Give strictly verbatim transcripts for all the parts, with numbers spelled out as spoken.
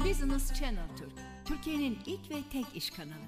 Business Channel Türk, Türkiye'nin ilk ve tek iş kanalı.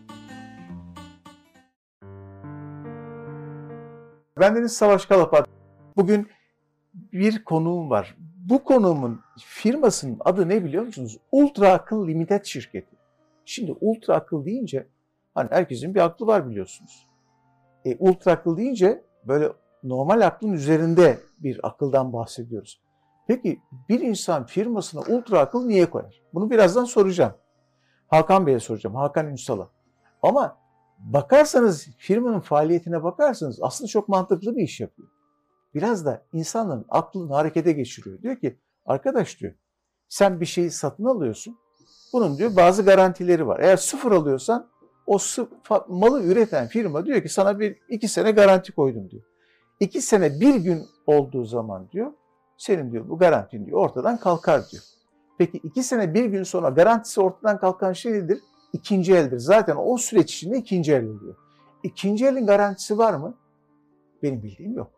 Bendeniz Savaş Kalapat. Bugün bir konuğum var. Bu konuğumun firmasının adı ne biliyor musunuz? Ultra Akıl Limited şirketi. Şimdi Ultra Akıl deyince hani herkesin bir aklı var biliyorsunuz. E, Ultra Akıl deyince böyle normal aklın üzerinde bir akıldan bahsediyoruz. Peki bir insan firmasına Ultra Akıl niye koyar? Bunu birazdan soracağım. Hakan Bey'e soracağım. Hakan Ünsal'a. Ama bakarsanız firmanın faaliyetine bakarsanız aslında çok mantıklı bir iş yapıyor. Biraz da insanların aklını harekete geçiriyor. Diyor ki arkadaş diyor sen bir şeyi satın alıyorsun. Bunun diyor bazı garantileri var. Eğer sıfır alıyorsan o malı üreten firma diyor ki sana bir iki sene garanti koydum diyor. İki sene bir gün olduğu zaman diyor senin diyor bu garantin diyor ortadan kalkar diyor. Peki iki sene bir gün sonra garantisi ortadan kalkan şey nedir? İkinci eldir. Zaten o süreç içinde ikinci el oluyor. İkinci elin garantisi var mı? Benim bildiğim yok.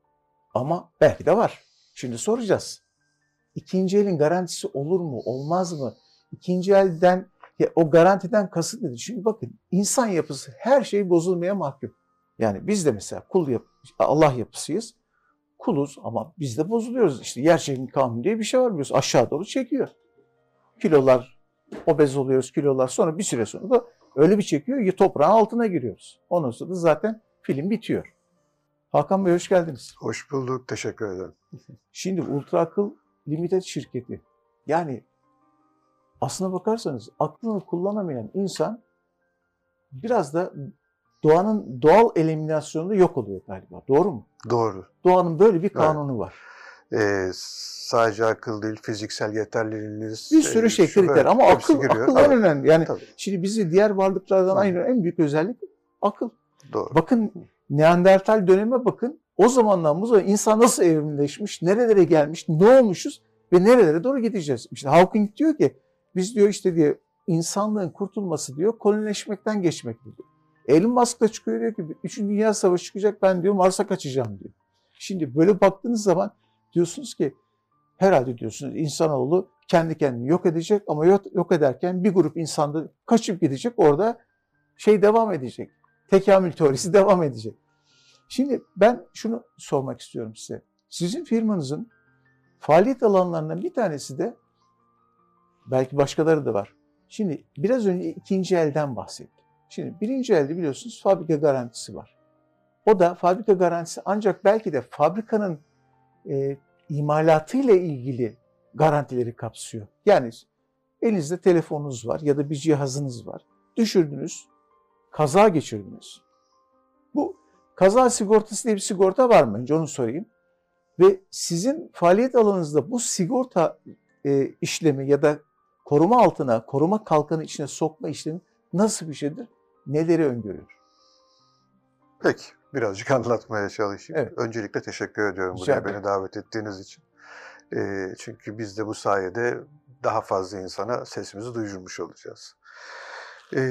Ama belki de var. Şimdi soracağız. İkinci elin garantisi olur mu, olmaz mı? İkinci elden, ya o garantiden kasıt nedir? Çünkü bakın insan yapısı her şey bozulmaya mahkum. Yani biz de mesela kul yap Allah yapısıyız. Kuluz ama biz de bozuluyoruz. İşte yer çekimi kanunu diye bir şey var biliyorsun. Aşağı doğru çekiyor. Kilolar, obez oluyoruz kilolar. Sonra bir süre sonra da öyle bir çekiyor ki toprağın altına giriyoruz. Ondan sonra da zaten film bitiyor. Hakan Bey hoş geldiniz. Hoş bulduk. Teşekkür ederim. Şimdi Ultra Akıl Limited şirketi. Yani aslına bakarsanız aklını kullanamayan insan biraz da doğanın doğal eliminasyonunda yok oluyor galiba. Doğru mu? Doğru. Doğanın böyle bir kanunu evet. var. Ee, sadece akıl değil, fiziksel yeterliliğiniz. Bir sürü şey kriter evet, ama akıl, akıl en önemli. Yani tabii. Şimdi bizi diğer varlıklardan Hı. ayıran en büyük özellik akıl. Doğru. Bakın Neandertal döneme bakın. O zamandan bu zamana insan nasıl evrimleşmiş, nerelere gelmiş, ne olmuşuz ve nerelere doğru gideceğiz. İşte Hawking diyor ki biz diyor işte diyor insanlığın kurtulması diyor kolonileşmekten geçmek diyor. Elon Musk da çıkıyor diyor ki üçüncü Dünya Savaşı çıkacak ben diyor Mars'a kaçacağım diyor. Şimdi böyle baktığınız zaman diyorsunuz ki herhalde diyorsunuz insanoğlu kendi kendini yok edecek ama yok, yok ederken bir grup insan da kaçıp gidecek orada şey devam edecek. Tekamül teorisi devam edecek. Şimdi ben şunu sormak istiyorum size. Sizin firmanızın faaliyet alanlarından bir tanesi de belki başkaları da var. Şimdi biraz önce ikinci elden bahsettim. Şimdi birinci elde biliyorsunuz fabrika garantisi var. O da fabrika garantisi ancak belki de fabrikanın e, imalatıyla ilgili garantileri kapsıyor. Yani elinizde telefonunuz var ya da bir cihazınız var. Düşürdünüz, kaza geçirdiniz. Bu kaza sigortası diye bir sigorta var mı? Önce onu sorayım. Ve sizin faaliyet alanınızda bu sigorta e, işlemi ya da koruma altına, koruma kalkanı içine sokma işlemi nasıl bir şeydir? Neleri öngörüyor? Peki, birazcık anlatmaya çalışayım. Evet. Öncelikle teşekkür ediyorum buraya beni davet ettiğiniz için. E, çünkü biz de bu sayede daha fazla insana sesimizi duyurmuş olacağız. E,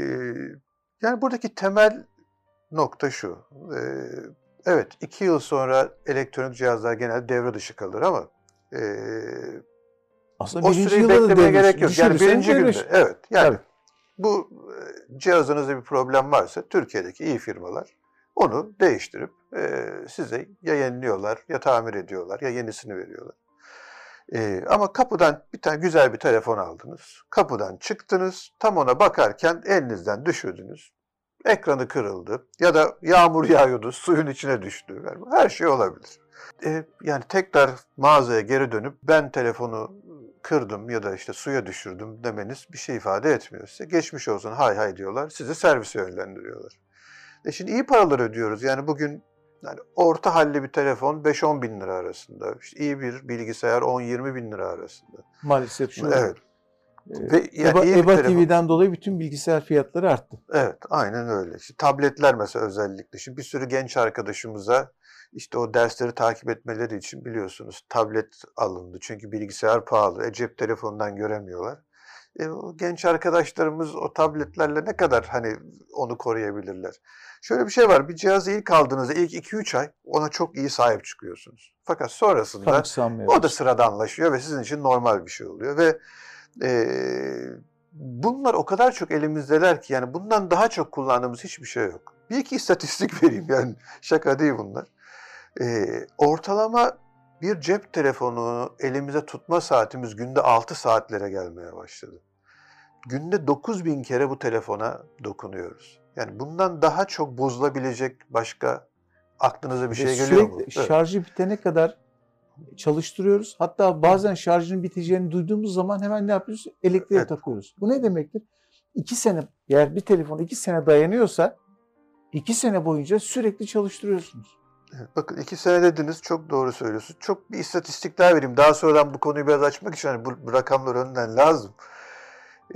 yani buradaki temel nokta şu. E, evet, iki yıl sonra elektronik cihazlar genelde devre dışı kalır ama e, aslında o süreyi beklemeye gerek yok. Yani birinci günde. Evet. Yani Tabii. bu cihazınızda bir problem varsa Türkiye'deki iyi firmalar onu değiştirip e, size ya yeniliyorlar ya tamir ediyorlar ya yenisini veriyorlar. E, ama kapıdan bir tane güzel bir telefon aldınız. Kapıdan çıktınız. Tam ona bakarken elinizden düşürdünüz. Ekranı kırıldı ya da yağmur yağıyordu, suyun içine düştü. Her şey olabilir. E, yani tekrar mağazaya geri dönüp ben telefonu kırdım ya da işte suya düşürdüm demeniz bir şey ifade etmiyor size. Geçmiş olsun hay hay diyorlar. Sizi servise yönlendiriyorlar. E şimdi iyi paralar ödüyoruz. Yani bugün yani orta halli bir telefon beş on bin lira arasında. İşte iyi bir bilgisayar on yirmi bin lira arasında. Maalesef şu. Evet. Ee, Ve yani EBA, EBA T V'den dolayı bütün bilgisayar fiyatları arttı. Evet, aynen öyle. İşte tabletler mesela özellikle. Şimdi bir sürü genç arkadaşımıza işte o dersleri takip etmeleri için biliyorsunuz tablet alındı. Çünkü bilgisayar pahalı. E, cep telefonundan göremiyorlar. E, o genç arkadaşlarımız o tabletlerle ne kadar hani onu koruyabilirler? Şöyle bir şey var. Bir cihazı ilk aldığınızda ilk iki üç ay ona çok iyi sahip çıkıyorsunuz. Fakat sonrasında o da sıradanlaşıyor ve sizin için normal bir şey oluyor ve Ee, bunlar o kadar çok elimizdeler ki yani bundan daha çok kullandığımız hiçbir şey yok. Bir iki istatistik vereyim yani şaka değil bunlar. Ee, ortalama bir cep telefonu elimize tutma saatimiz günde altı saatlere gelmeye başladı. Günde dokuz bin kere bu telefona dokunuyoruz. Yani bundan daha çok bozulabilecek başka aklınıza bir şey Ve geliyor mu? sürekli Evet. şarjı bitene kadar çalıştırıyoruz. Hatta bazen şarjının biteceğini duyduğumuz zaman hemen ne yapıyoruz? Elektriğe Evet. takıyoruz. Bu ne demektir? İki sene, eğer bir telefon iki sene dayanıyorsa iki sene boyunca sürekli çalıştırıyorsunuz. Evet, bakın iki sene dediniz, çok doğru söylüyorsunuz. Çok bir istatistik daha vereyim. Daha sonradan bu konuyu biraz açmak için hani bu, bu rakamlar önden lazım. Ee,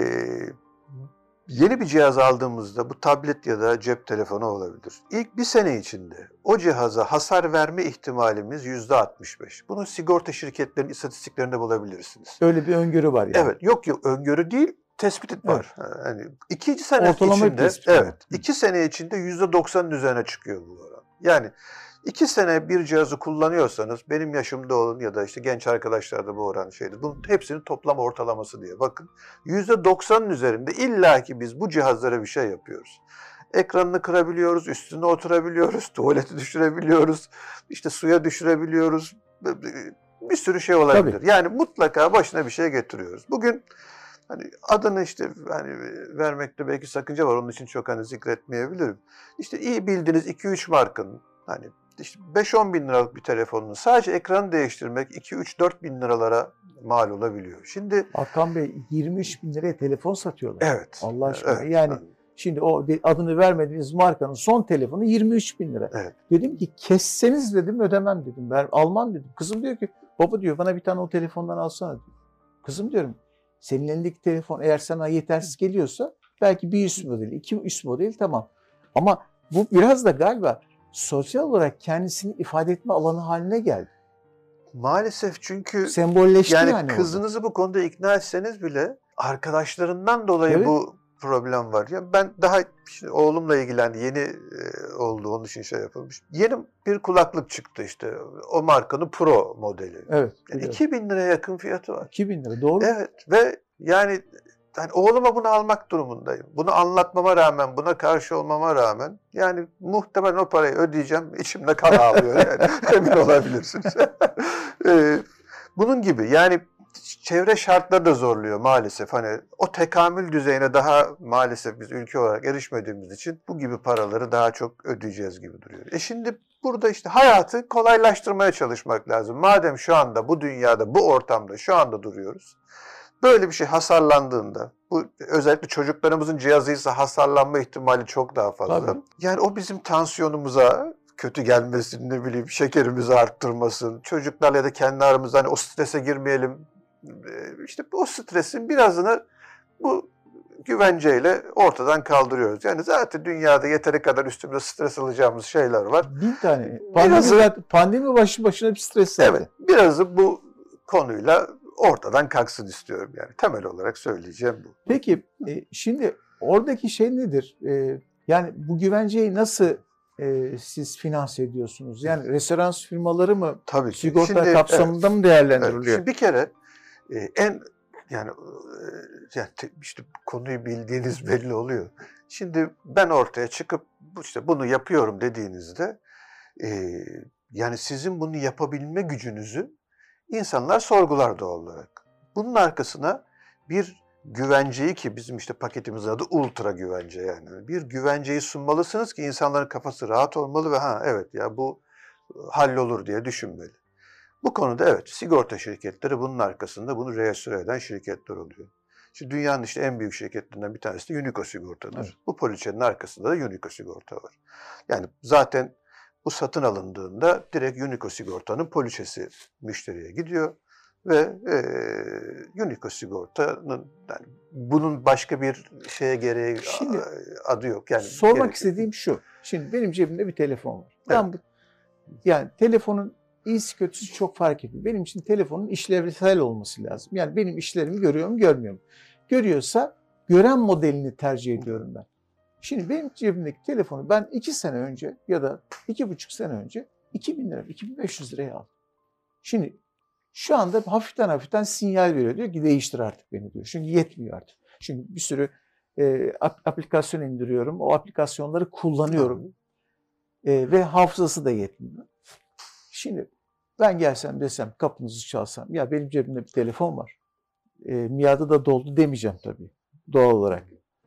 yeni bir cihaz aldığımızda bu tablet ya da cep telefonu olabilir. İlk bir sene içinde o cihaza hasar verme ihtimalimiz yüzde altmış beş. Bunu sigorta şirketlerinin istatistiklerinde bulabilirsiniz. Öyle bir öngörü var yani. Evet, yok yok öngörü değil, tespit var. Yani ikinci sene Ortalama içinde, tespit evet, var. iki sene içinde yüzde doksanın üzerine çıkıyor bu oran. Yani iki sene bir cihazı kullanıyorsanız, benim yaşımda olun ya da işte genç arkadaşlar da bu oran şeydir. Bunun hepsinin toplam ortalaması diye bakın. yüzde doksanın üzerinde illaki biz bu cihazlara bir şey yapıyoruz. Ekranını kırabiliyoruz, üstüne oturabiliyoruz, tuvaleti düşürebiliyoruz, işte suya düşürebiliyoruz. Bir sürü şey olabilir. Tabii. Yani mutlaka başına bir şey getiriyoruz. Bugün hani adını işte hani vermekte belki sakınca var. Onun için çok hani zikretmeyebilirim. İşte iyi bildiğiniz iki üç markanın hani işte beş on bin liralık bir telefonun sadece ekranı değiştirmek iki üç dört bin liralara mal olabiliyor. Şimdi Hakan Bey yirmi üç bin liraya telefon satıyorlar. evet. Allah aşkına. Evet, yani evet. şimdi o adını vermediğiniz markanın son telefonu yirmi üç bin lira. Evet. Dedim ki kesseniz dedim ödemem dedim. Ben almam dedim. Kızım diyor ki baba diyor bana bir tane o telefondan alsana diyor. Kızım diyorum senin elindeki telefon eğer sana yetersiz geliyorsa belki bir üst model, iki üst model tamam. Ama bu biraz da galiba sosyal olarak kendisini ifade etme alanı haline geldi. Maalesef çünkü Sembolleşti yani, yani kızınızı orada. Bu konuda ikna etseniz bile arkadaşlarından dolayı Evet. bu problem var. Ya ben daha şimdi oğlumla ilgilendi. Yeni e, oldu, onun için şey yapılmış. Yeni bir kulaklık çıktı işte. O markanın Pro modeli. Evet. Yani iki bin liraya yakın fiyatı var. iki bin lira doğru. Evet ve yani hani oğluma bunu almak durumundayım. Bunu anlatmama rağmen, buna karşı olmama rağmen yani muhtemelen o parayı ödeyeceğim. İçimde kan ağlıyor yani. Emin olabilirsiniz. ee, bunun gibi yani çevre şartları da zorluyor maalesef. Hani o tekamül düzeyine daha maalesef biz ülke olarak erişmediğimiz için bu gibi paraları daha çok ödeyeceğiz gibi duruyor. E şimdi burada işte hayatı kolaylaştırmaya çalışmak lazım. Madem şu anda bu dünyada, bu ortamda şu anda duruyoruz. Böyle bir şey hasarlandığında, bu özellikle çocuklarımızın cihazıysa hasarlanma ihtimali çok daha fazla. Tabii. Yani o bizim tansiyonumuza kötü gelmesin, ne bileyim şekerimizi arttırmasın, çocuklarla ya da kendi aramızda hani o strese girmeyelim. İşte o stresin birazını bu güvenceyle ortadan kaldırıyoruz. Yani zaten dünyada yeteri kadar üstümüze stres alacağımız şeyler var. Bin tane. Pandemi, Birazı, pandemi başı başına bir stres zaten. evet, birazı bu konuyla ortadan kalksın istiyorum yani. Temel olarak söyleyeceğim bu. Peki e, şimdi oradaki şey nedir? E, yani bu güvenceyi nasıl e, siz finanse ediyorsunuz? Yani referans firmaları mı Tabii ki. sigorta Şimdi, kapsamında evet, mı değerlendiriliyor? Evet. Şimdi bir kere e, en yani, e, yani te, işte konuyu bildiğiniz belli oluyor. Şimdi ben ortaya çıkıp işte bunu yapıyorum dediğinizde e, yani sizin bunu yapabilme gücünüzü İnsanlar sorgular doğal olarak. Bunun arkasına bir güvenceyi, ki bizim işte paketimizin adı ultra güvence yani. Bir güvenceyi sunmalısınız ki insanların kafası rahat olmalı ve ha evet ya bu hallolur diye düşünmeli. Bu konuda evet sigorta şirketleri bunun arkasında bunu reestore eden şirketler oluyor. Şimdi dünyanın işte en büyük şirketlerinden bir tanesi de Unico Sigorta'dır. Evet. Bu poliçenin arkasında da Unico Sigorta var. Yani zaten bu satın alındığında direkt Unico Sigorta'nın poliçesi müşteriye gidiyor ve e, Unico Sigorta'nın yani bunun başka bir şeye gereği Şimdi, adı yok. Yani sormak gerekli. istediğim şu. Şimdi benim cebimde bir telefon var. Evet. Ben bu, yani telefonun iyisi kötüsü çok fark ediyor. Benim için telefonun işlevsel olması lazım. Yani benim işlerimi görüyor mu görmüyor mu? Görüyorsa gören modelini tercih ediyorum ben. Şimdi benim cebimdeki telefonu ben iki sene önce ya da iki buçuk sene önce iki bin lira, iki bin beş yüz liraya aldım. Şimdi Şu anda hafiften hafiften sinyal veriyor. Diyor ki değiştir artık beni diyor. Çünkü yetmiyor artık. Çünkü bir sürü e, aplikasyon indiriyorum. O aplikasyonları kullanıyorum. E, ve hafızası da yetmiyor. Şimdi ben gelsem desem, kapınızı çalsam, ya benim cebimde bir telefon var. E, miadı da doldu demeyeceğim tabii doğal olarak.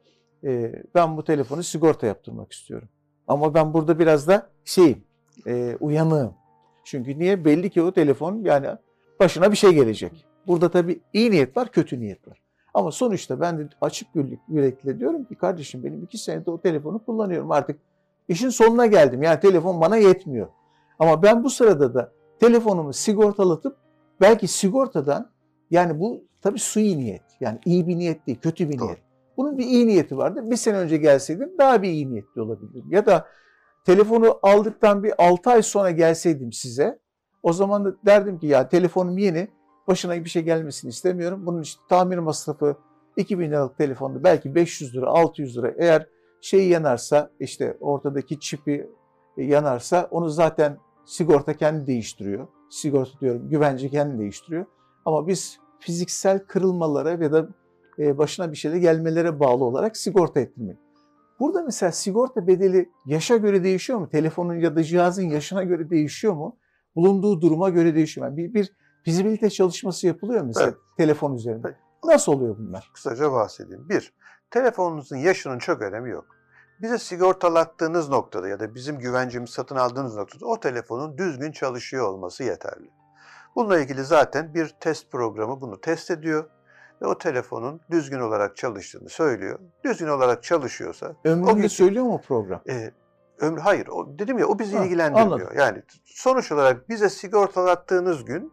E, ben bu telefonu sigorta yaptırmak istiyorum. Ama ben burada biraz da şeyim, e, uyanığım. Çünkü niye? Belli ki o telefon yani başına bir şey gelecek. Burada tabii iyi niyet var, kötü niyet var. Ama sonuçta ben de açık yürekli diyorum ki kardeşim benim iki senede o telefonu kullanıyorum. Artık işin sonuna geldim. Yani telefon bana yetmiyor. Ama ben bu sırada da telefonumu sigortalatıp belki sigortadan, yani bu tabii sui niyet. Yani iyi bir niyet değil, kötü bir Doğru. niyet. Bunun bir iyi niyeti vardı. Bir sene önce gelseydim daha bir iyi niyetli olabilirdim. Ya da telefonu aldıktan bir altı ay sonra gelseydim size, o zaman da derdim ki ya telefonum yeni, başına bir şey gelmesini istemiyorum. Bunun işte tamir masrafı iki bin liralık telefonda belki beş yüz lira, altı yüz lira. Eğer şey yanarsa, işte ortadaki çipi yanarsa onu zaten sigorta kendi değiştiriyor. Sigorta diyorum, güvence kendi değiştiriyor. Ama biz fiziksel kırılmalara ya da başına bir şeyle gelmelere bağlı olarak sigorta ettirmek. Burada mesela sigorta bedeli yaşa göre değişiyor mu? Telefonun ya da cihazın yaşına göre değişiyor mu? Bulunduğu duruma göre değişiyor mu? Yani bir, bir fizibilite çalışması yapılıyor mu mesela, evet, telefon üzerinde? Evet. Nasıl oluyor bunlar? Kısaca bahsedeyim. Bir, telefonunuzun yaşının çok önemi yok. Bize sigortalattığınız noktada ya da bizim güvencemizi satın aldığınız noktada o telefonun düzgün çalışıyor olması yeterli. Bununla ilgili zaten bir test programı bunu test ediyor ve o telefonun düzgün olarak çalıştığını söylüyor. Düzgün olarak çalışıyorsa... Ömründe o gün, söylüyor mu program? E, ömrü, hayır, o, dedim ya o bizi ha, ilgilendirmiyor. Anladım. Yani sonuç olarak bize sigortalattığınız gün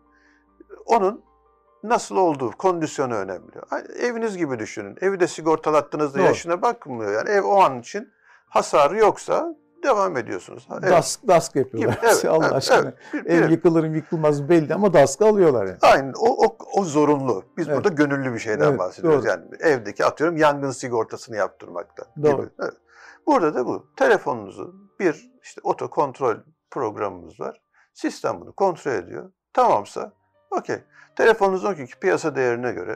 onun nasıl olduğu, kondisyonu önemli. Hani eviniz gibi düşünün. Evi de sigortalattığınızda Doğru. yaşına bakmıyor. Yani ev o an için hasarı yoksa devam ediyorsunuz. Evet. Dask, dask yapıyorlar. Evet, Allah evet, aşkına. evet. Bir, Ev bir, yıkılır mı yıkılmaz belli ama daskı alıyorlar yani. Aynen. O, o, o zorunlu. Biz Evet. burada gönüllü bir şeyden Evet, bahsediyoruz. doğru. Yani evdeki atıyorum yangın sigortasını yaptırmaktan Doğru. gibi. Evet. Burada da bu. Telefonunuzu bir işte oto kontrol programımız var. Sistem bunu kontrol ediyor. Tamamsa okey. Telefonunuzun o günkü piyasa değerine göre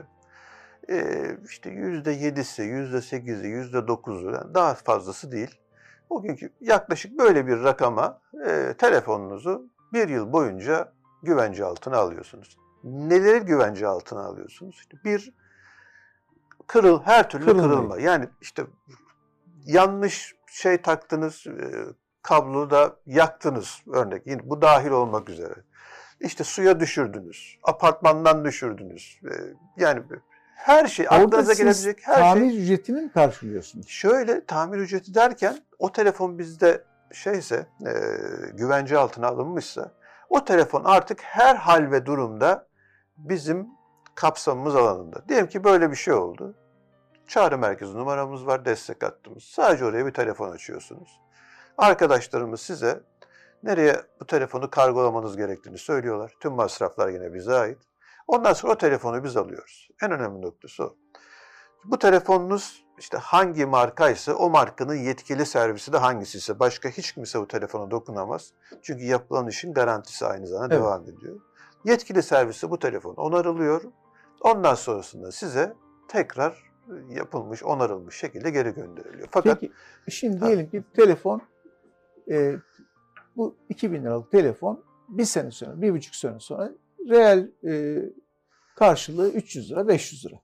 e, işte yüzde yedisi, yüzde sekizi, yüzde dokuzu yani daha fazlası değil. O günkü yaklaşık böyle bir rakama e, telefonunuzu bir yıl boyunca güvence altına alıyorsunuz. Neleri güvence altına alıyorsunuz? İşte bir, kırıl, her türlü Kırılmayı. kırılma. Yani işte yanlış şey taktınız, e, kabloyu da yaktınız örnek. Yine bu dahil olmak üzere. İşte suya düşürdünüz, apartmandan düşürdünüz. E, yani her şey, aklınıza gelebilecek her tamir şey. Tamir ücretini mi karşılıyorsunuz? Şöyle, tamir ücreti derken o telefon bizde şeyse, e, güvence altına alınmışsa o telefon artık her hal ve durumda bizim kapsamımız alanında. Diyelim ki böyle bir şey oldu. Çağrı merkezi numaramız var, destek hattımız. Sadece oraya bir telefon açıyorsunuz. Arkadaşlarımız size nereye bu telefonu kargolamanız gerektiğini söylüyorlar. Tüm masraflar yine bize ait. Ondan sonra o telefonu biz alıyoruz. En önemli noktası o. Bu telefonunuz işte hangi markaysa o markanın yetkili servisi de hangisiyse başka hiç kimse bu telefona dokunamaz. Çünkü yapılan işin garantisi aynı zamanda Evet. devam ediyor. Yetkili servisi bu telefon onarılıyor. Ondan sonrasında size tekrar yapılmış, onarılmış şekilde geri gönderiliyor. Fakat Peki şimdi diyelim ki telefon, e, bu iki bin liralık telefon bir sene sonra, bir buçuk sene sonra reel e, karşılığı üç yüz lira, beş yüz lira.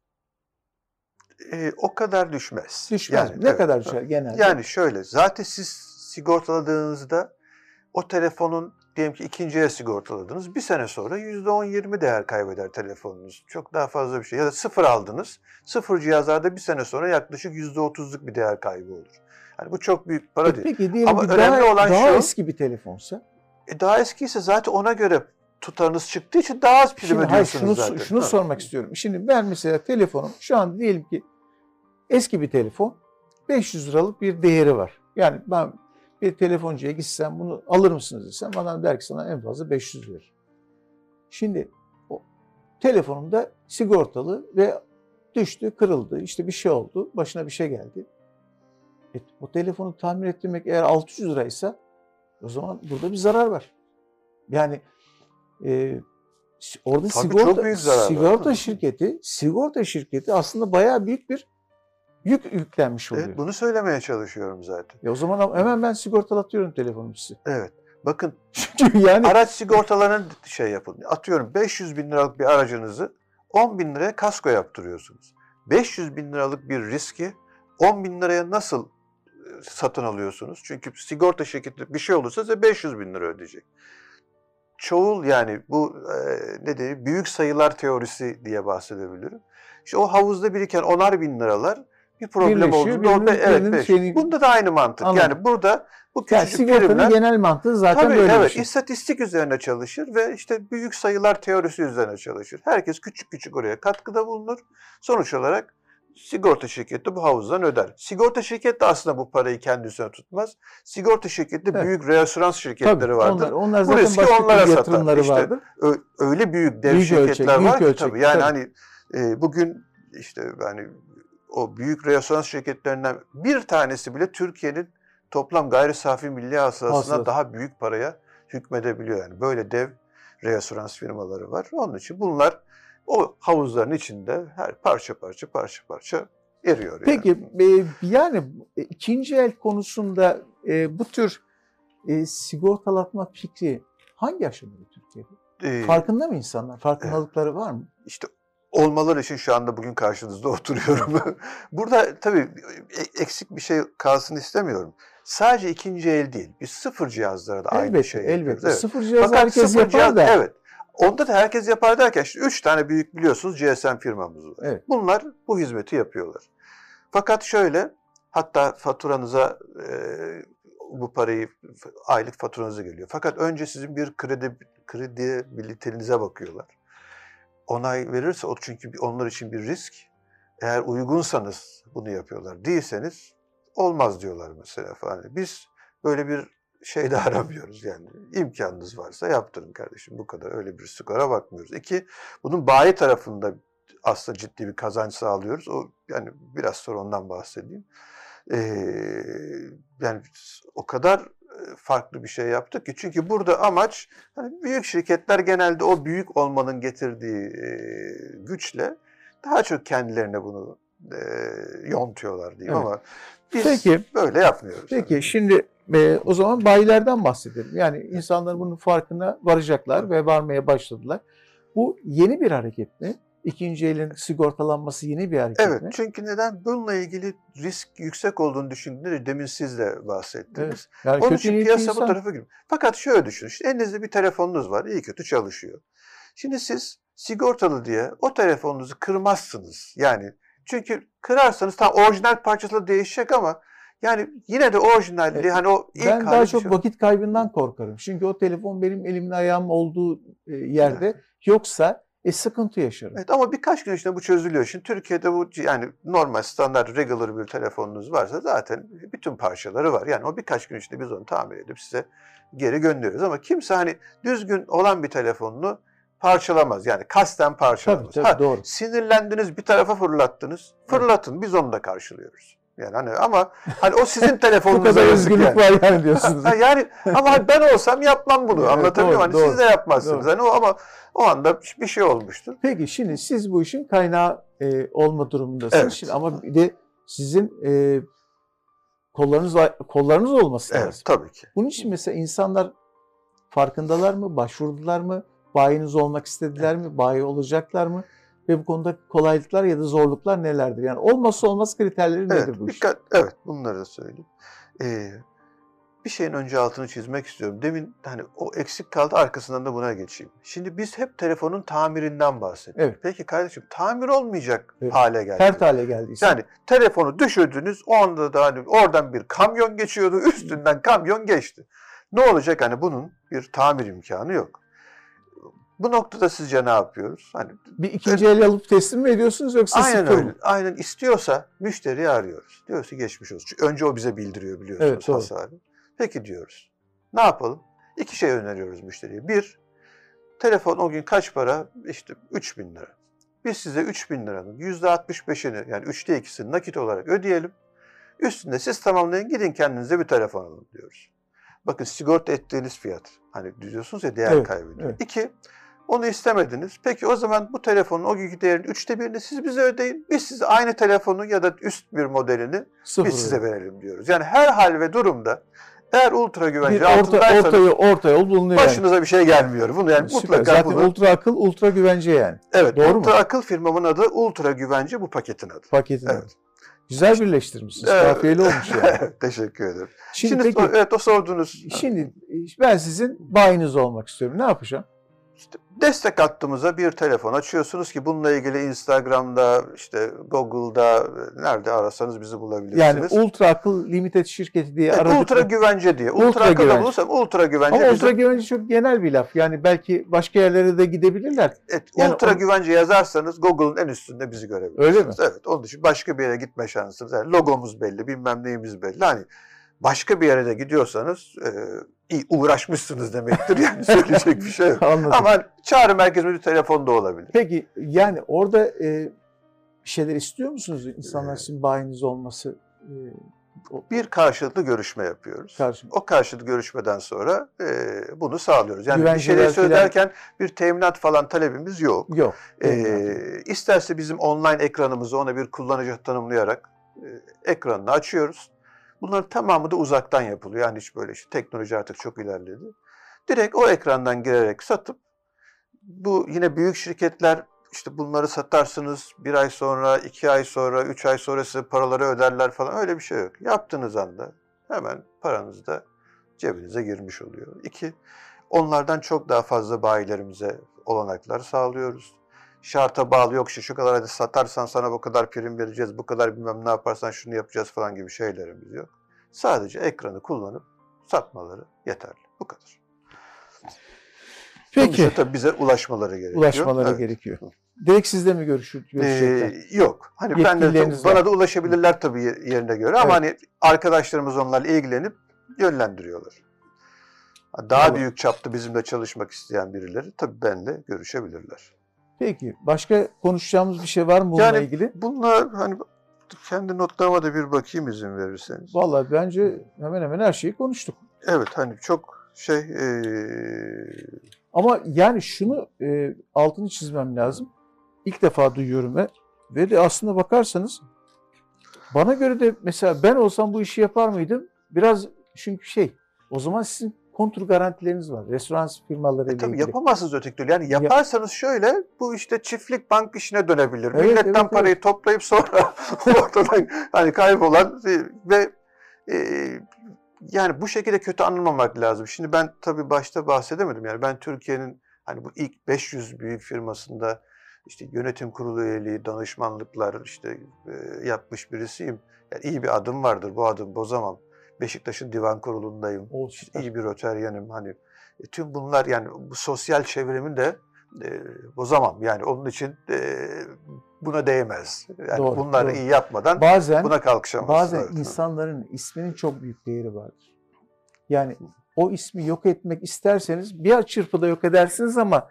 e, o kadar düşmez. Düşmez Yani, mi? Ne evet, kadar düşer genelde? Yani şöyle, zaten siz sigortaladığınızda o telefonun diyelim ki ikinciye sigortaladınız. Bir sene sonra yüzde on yirmi değer kaybeder telefonunuz. Çok daha fazla bir şey. Ya da sıfır aldınız. Sıfır cihazlarda bir sene sonra yaklaşık yüzde otuzluk bir değer kaybı olur. Yani bu çok büyük para E değil. peki diyelim Ama ki önemli daha, olan daha şu, eski bir telefonsa? E daha eskiyse zaten ona göre tutarınız çıktığı için daha az prim Şimdi hayır, ödüyorsunuz şunu, zaten. şunu Ha. sormak istiyorum. Şimdi ben mesela telefonum şu an diyelim ki eski bir telefon, beş yüz liralık bir değeri var. Yani ben bir telefoncuya gitsem bunu alır mısınız desem adam der ki sana en fazla beş yüz verir. Şimdi o telefonum da sigortalı ve düştü, kırıldı, işte bir şey oldu, başına bir şey geldi. E, o telefonu tamir ettirmek eğer altı yüz liraysa o zaman burada bir zarar var. Yani e, orada Tabii sigorta, çok büyük zarar var. sigorta şirketi, sigorta şirketi aslında bayağı büyük bir yük yüklenmiş oluyor. Evet, bunu söylemeye çalışıyorum zaten. Ya o zaman hemen ben sigortalatıyorum telefonumu size. Evet. Bakın Çünkü yani araç sigortalarının şey yapın. Atıyorum beş yüz bin liralık bir aracınızı on bin liraya kasko yaptırıyorsunuz. beş yüz bin liralık bir riski on bin liraya nasıl satın alıyorsunuz? Çünkü sigorta şirketi bir şey olursa size beş yüz bin lira ödeyecek. Çoğul yani bu e, ne diyeyim büyük sayılar teorisi diye bahsedebilirim. İşte o havuzda biriken onar bin liralar bir problem birleşiyor, olduğunda orada birinin- evet birinin beş. şeyini- Bunda da aynı mantık. Anladım. Yani burada bu yani küçücük sigortanın primler genel mantığı zaten tabii, böyle evet, bir şey. istatistik üzerine çalışır ve işte büyük sayılar teorisi üzerine çalışır. Herkes küçük küçük oraya katkıda bulunur. Sonuç olarak sigorta şirketi bu havuzdan öder. Sigorta şirketi de aslında bu parayı kendi üzerine tutmaz. Sigorta şirketi Evet. büyük reasürans şirketleri Tabii, vardır. Onlar, onlar Bu zaten riski başka onlara türlü satar. yatırımları İşte vardır. Ö- öyle büyük dev Büyük şirketler ölçek, var büyük ki ölçek, tabii. Yani tabii. hani e, bugün işte yani o büyük reasürans şirketlerinden bir tanesi bile Türkiye'nin toplam gayri safi milli hasılasına Hasılat. daha büyük paraya hükmedebiliyor. Yani böyle dev reasürans firmaları var. Onun için bunlar o havuzların içinde her parça parça parça parça eriyor. Yani. Peki e, yani e, ikinci el konusunda e, bu tür e, sigortalatma fikri hangi aşamada Türkiye'de? Ee, Farkında mı insanlar? Farkındalıkları var mı? İşte olmaları için şu anda bugün karşınızda oturuyorum. Burada tabii eksik bir şey kalsın istemiyorum. Sadece ikinci el değil, biz sıfır cihazlara da aynı Elbette, şey elbette. yapıyoruz. Evet. Sıfır cihazı Fakat herkes sıfır yapar cihaz, da. evet. Onda da herkes yapar derken işte üç tane büyük biliyorsunuz G S M firmamız var. Evet. Bunlar bu hizmeti yapıyorlar. Fakat şöyle, hatta faturanıza e, bu parayı aylık faturanıza geliyor. Fakat önce sizin bir kredi kredibilitenize bakıyorlar. Onay verirse o çünkü onlar için bir risk. Eğer uygunsanız bunu yapıyorlar. Değilseniz olmaz diyorlar mesela falan. Biz böyle bir şey de aramıyoruz yani. İmkanınız varsa yaptırın kardeşim. Bu kadar. Öyle bir skora bakmıyoruz. İki, bunun bayi tarafında aslında ciddi bir kazanç sağlıyoruz. O yani biraz sonra ondan bahsedeyim. Ee, yani o kadar farklı bir şey yaptık ki. Çünkü burada amaç hani büyük şirketler genelde o büyük olmanın getirdiği e, güçle daha çok kendilerine bunu e, yontuyorlar diyeyim Evet. ama biz Peki, böyle yapmıyoruz. Peki Yani. şimdi e, o zaman bayilerden bahsedelim. Yani insanlar bunun farkına varacaklar ve varmaya başladılar. Bu yeni bir hareket mi? İkinci elin sigortalanması yeni bir hareket Evet, mi? çünkü neden? Bununla ilgili risk yüksek olduğunu düşündüğünde demin siz de bahsettiniz. Evet. Yani Onun kötü için niyetli piyasa bu insan- tarafa giriyor. Fakat şöyle düşünün. İşte elinizde bir telefonunuz var. İyi kötü çalışıyor. Şimdi siz sigortalı diye o telefonunuzu kırmazsınız. Yani çünkü kırarsanız tam orijinal parçasıyla değişecek ama yani yine de orijinalliği Evet. hani o ilk Ben daha hali çok şey- vakit kaybından korkarım. Çünkü o telefon benim elimin ayağım olduğu e, yerde yoksa e, sıkıntı yaşarım. Evet ama birkaç gün içinde bu çözülüyor. Şimdi Türkiye'de bu yani normal standart regular bir telefonunuz varsa zaten bütün parçaları var. Yani o birkaç gün içinde biz onu tamir edip size geri gönderiyoruz. Ama kimse hani düzgün olan bir telefonunu parçalamaz. Yani kasten parçalamaz. Tabii, tabii, doğru. Sinirlendiniz bir tarafa fırlattınız. Fırlatın biz onu da karşılıyoruz. Yani hani ama hani o sizin Bu telefonunuza kadar yazık özgürlük yani. var yani diyorsunuz. Ha, yani ama ben olsam yapmam bunu. Evet, Anlatabiliyor muyum? doğru, Hani siz de doğru, yapmazsınız. doğru. Hani o ama o anda bir şey olmuştur. Peki şimdi siz bu işin kaynağı e, olma durumundasınız. Evet. Şimdi ama bir de sizin e, kollarınız var- kollarınız olması Evet, lazım. tabii ki. Bunun için mesela insanlar farkındalar mı? Başvurdular mı? Bayiniz olmak istediler mi? Bayi olacaklar mı? Ve bu konuda kolaylıklar ya da zorluklar nelerdir? Yani olmazsa olmaz kriterleri Evet, nedir bu işin? dikkat, evet bunları da söyleyeyim. Ee, bir şeyin önce altını çizmek istiyorum. Demin hani o eksik kaldı arkasından da buna geçeyim. Şimdi biz hep telefonun tamirinden bahsettik. Evet. Peki kardeşim tamir olmayacak Evet. hale geldi. Pert hale geldiyse. Yani telefonu düşürdünüz o anda da hani oradan bir kamyon geçiyordu üstünden kamyon geçti. Ne olacak hani bunun bir tamir imkanı yok. Bu noktada sizce ne yapıyoruz? Hani bir ikinci el alıp teslim mi ediyorsunuz yoksa aynen sıfır öyle. mı? Aynen istiyorsa müşteriyi arıyoruz. Diyoruz ki geçmiş olsun. Çünkü önce o bize bildiriyor biliyorsunuz Evet, doğru. hasarı. Peki diyoruz. Ne yapalım? İki şey öneriyoruz müşteriye. Bir, telefon o gün kaç para? İşte üç bin lira. Biz size üç bin liranın yüzde altmış beşini yani üçte ikisini nakit olarak ödeyelim. Üstünde siz tamamlayın gidin kendinize bir telefon alın diyoruz. Bakın sigorta ettiğiniz fiyat. Hani diyorsunuz ya değer Evet, kaybediyor. evet. İki, Onu istemediniz. Peki o zaman bu telefonun o günkü değerinin üçte birini siz bize ödeyin. Biz size aynı telefonu ya da üst bir modelini Sıfır biz size verelim diyoruz. Yani her hal ve durumda eğer ultra güvence bir orta, altındaysanız orta, yol, orta yol bulunuyor. başınıza yani bir şey gelmiyor. Bunu yani Süper. mutlaka Zaten bunu... ultra akıl, ultra güvence yani. Evet. Doğru ultra mu? akıl firmamın adı, ultra güvence bu paketin adı. Paketin Evet. adı. Güzel birleştirmişsiniz. Evet. Kafiyeli olmuş yani. Teşekkür ederim. Şimdi, Şimdi peki, o, evet o sorduğunuz... Şimdi ben sizin bayiniz olmak istiyorum. Ne yapacağım? İşte destek hattımıza bir telefon açıyorsunuz ki bununla ilgili Instagram'da, işte Google'da, nerede arasanız bizi bulabilirsiniz. Yani Ultra Akıl Limited şirketi diye evet, aradık. Ultra güvence diye. Ultra, Ultra akılda güvence. bulursam ultra güvence. Ama bizim... ultra güvence çok genel bir laf. Yani belki başka yerlere de gidebilirler. Evet, yani ultra o... güvence yazarsanız Google'ın en üstünde bizi görebilirsiniz. Öyle mi? Evet. Onun için başka bir yere gitme şansınız. Yani logomuz belli, bilmem neyimiz belli. Hani başka bir yere de gidiyorsanız e, iyi uğraşmışsınız demektir. Yani söyleyecek bir şey yok. Anladım. Ama çağrı merkezinde bir telefon da olabilir. Peki yani orada e, bir şeyler istiyor musunuz? İnsanlar sizin bayiniz olması. E, o, bir karşılıklı görüşme yapıyoruz. Karşı. O karşılıklı görüşmeden sonra e, bunu sağlıyoruz. Yani Güvenceler bir şeyleri söylerken falan... bir teminat falan talebimiz yok. Yok. E, isterse bizim online ekranımızı ona bir kullanıcı tanımlayarak e, ekranını açıyoruz. Bunların tamamı da uzaktan yapılıyor. Yani hiç böyle işte teknoloji artık çok ilerledi. Direkt o ekrandan girerek satıp bu yine büyük şirketler işte bunları satarsınız bir ay sonra, iki ay sonra, üç ay sonra size paraları öderler falan öyle bir şey yok. Yaptığınız anda hemen paranız da cebinize girmiş oluyor. İki, onlardan çok daha fazla bayilerimize olanaklar sağlıyoruz. Şarta bağlı yok işte şu kadar hadi satarsan sana bu kadar prim vereceğiz, bu kadar bilmem ne yaparsan şunu yapacağız falan gibi şeylerimiz yok. Sadece ekranı kullanıp satmaları yeterli. Bu kadar. Peki. Tabii bize ulaşmaları gerekiyor. Ulaşmaları evet. gerekiyor. Direkt sizle mi görüşür, görüşecekler? Ee, yok. Hani ben de bana var. da ulaşabilirler tabii yerine göre ama evet. Hani arkadaşlarımız onlarla ilgilenip yönlendiriyorlar. Daha evet. büyük çapta bizimle çalışmak isteyen birileri tabii benimle görüşebilirler. Peki. Başka konuşacağımız bir şey var mı bununla yani ilgili? Bununla hani kendi notlarıma da bir bakayım izin verirseniz. Vallahi bence hemen hemen her şeyi konuştuk. Evet hani çok şey... Ee... Ama yani şunu e, altını çizmem lazım. İlk defa duyuyorum ve, ve de aslında bakarsanız bana göre de mesela ben olsam bu işi yapar mıydım? Biraz çünkü şey o zaman sizin kontur garantileriniz var. Restoran firmaları ile e, tabii ilgili. yapamazsınız öteki türlü. Yani yaparsanız şöyle bu işte çiftlik bank işine dönebilir. Evet, Milletten evet, parayı evet. toplayıp sonra ortadan hani kaybolan ve e, yani bu şekilde kötü anılmamak lazım. Şimdi ben tabii başta bahsedemedim. Yani ben Türkiye'nin hani bu ilk beş yüz büyük firmasında işte yönetim kurulu üyeliği, danışmanlıklar işte e, yapmış birisiyim. Yani iyi bir adım vardır. Bu adımı bozamam. Beşiktaş'ın divan kurulundayım. O, işte iyi bir Rotaryanım. Hani e, tüm bunlar yani bu sosyal çevremi de e, bozamam. Yani onun için e, buna değmez. Yani doğru, bunları doğru. iyi yapmadan bazen, buna kalkışamaz. Bazen evet. insanların isminin çok büyük değeri vardır. Yani o ismi yok etmek isterseniz bir çırpıda yok edersiniz ama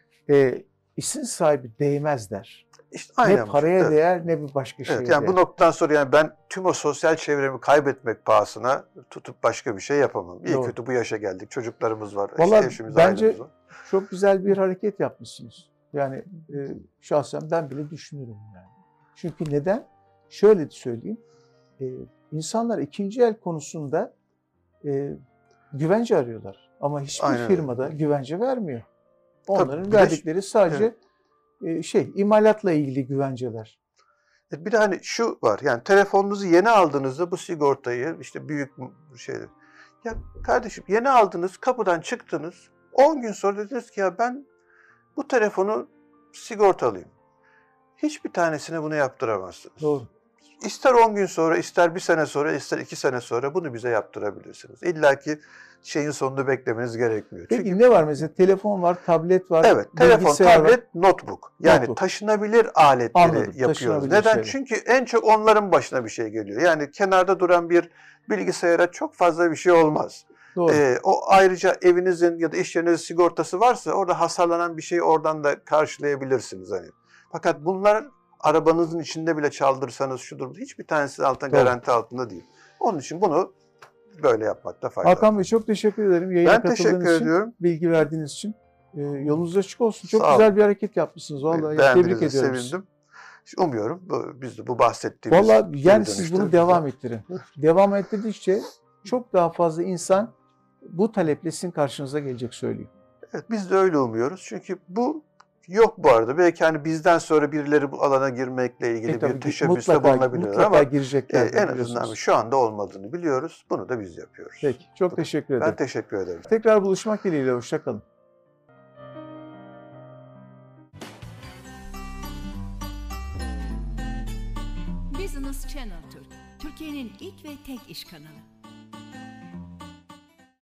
e, isim sahibi değmez der. İşte aynen ne paraya evet. değer ne bir başka şeye evet, yani değer. bu noktadan sonra yani ben tüm o sosyal çevremi kaybetmek pahasına tutup başka bir şey yapamam. İyi doğru. kötü bu yaşa geldik. Çocuklarımız var. Vallahi işte eşimiz, bence ailemiz var. çok güzel bir hareket yapmışsınız. Yani e, şahsen ben bile düşünürüm yani. Çünkü neden? Şöyle söyleyeyim. E, insanlar ikinci el konusunda e, güvence arıyorlar. Ama hiçbir Aynen. firmada güvence vermiyor. Onların Tabii, verdikleri de, sadece evet. e, şey imalatla ilgili güvenceler. Bir de hani şu var. Yani telefonunuzu yeni aldığınızda bu sigortayı işte büyük şey. Ya kardeşim yeni aldınız, kapıdan çıktınız. on gün sonra dediniz ki ya ben bu telefonu sigortalıyım. Hiçbir tanesine bunu yaptıramazsınız. Doğru. İster on gün sonra, ister bir sene sonra, ister iki sene sonra bunu bize yaptırabilirsiniz. İlla ki şeyin sonunu beklemeniz gerekmiyor. Peki Çünkü, ne var mesela? Telefon var, tablet var, evet, telefon, tablet, var. notebook. Yani notebook. taşınabilir aletleri Anladım, yapıyoruz. Neden? şeyler. Çünkü en çok onların başına bir şey geliyor. Yani kenarda duran bir bilgisayara çok fazla bir şey olmaz. Doğru. Ee, o ayrıca evinizin ya da iş yerinizin sigortası varsa orada hasarlanan bir şeyi oradan da karşılayabilirsiniz. Hani. Fakat bunlar arabanızın içinde bile çaldırsanız şudur, hiçbir tanesi altında garanti altında değil. Onun için bunu böyle yapmakta fayda var. Hakan Bey çok teşekkür ederim. Yayına ben teşekkür için, ediyorum. bilgi verdiğiniz için. Ee, yolunuz açık olsun. Çok Sağ güzel olun. bir hareket yapmışsınız. Vallahi Beğendiğinize tebrik ediyorum. sevindim. Umuyorum bu, biz de bu bahsettiğimiz Vallahi geri yani siz bunu dönüşleri devam bize- ettirin. Devam ettirdikçe çok daha fazla insan bu taleple sizin karşınıza gelecek söyleyeyim. Evet, biz de öyle umuyoruz. Çünkü bu yok bu arada. Belki hani bizden sonra birileri bu alana girmekle ilgili E tabii bir ki teşebbüste mutlaka, bulunabilir mutlaka ama e, girecekler. en azından şu anda olmadığını biliyoruz. Bunu da biz yapıyoruz. Peki. Çok teşekkür ederim. Ben teşekkür ederim. Tekrar buluşmak dileğiyle. Hoşça kalın. Business Channel Türk, Türkiye'nin ilk ve tek iş kanalı.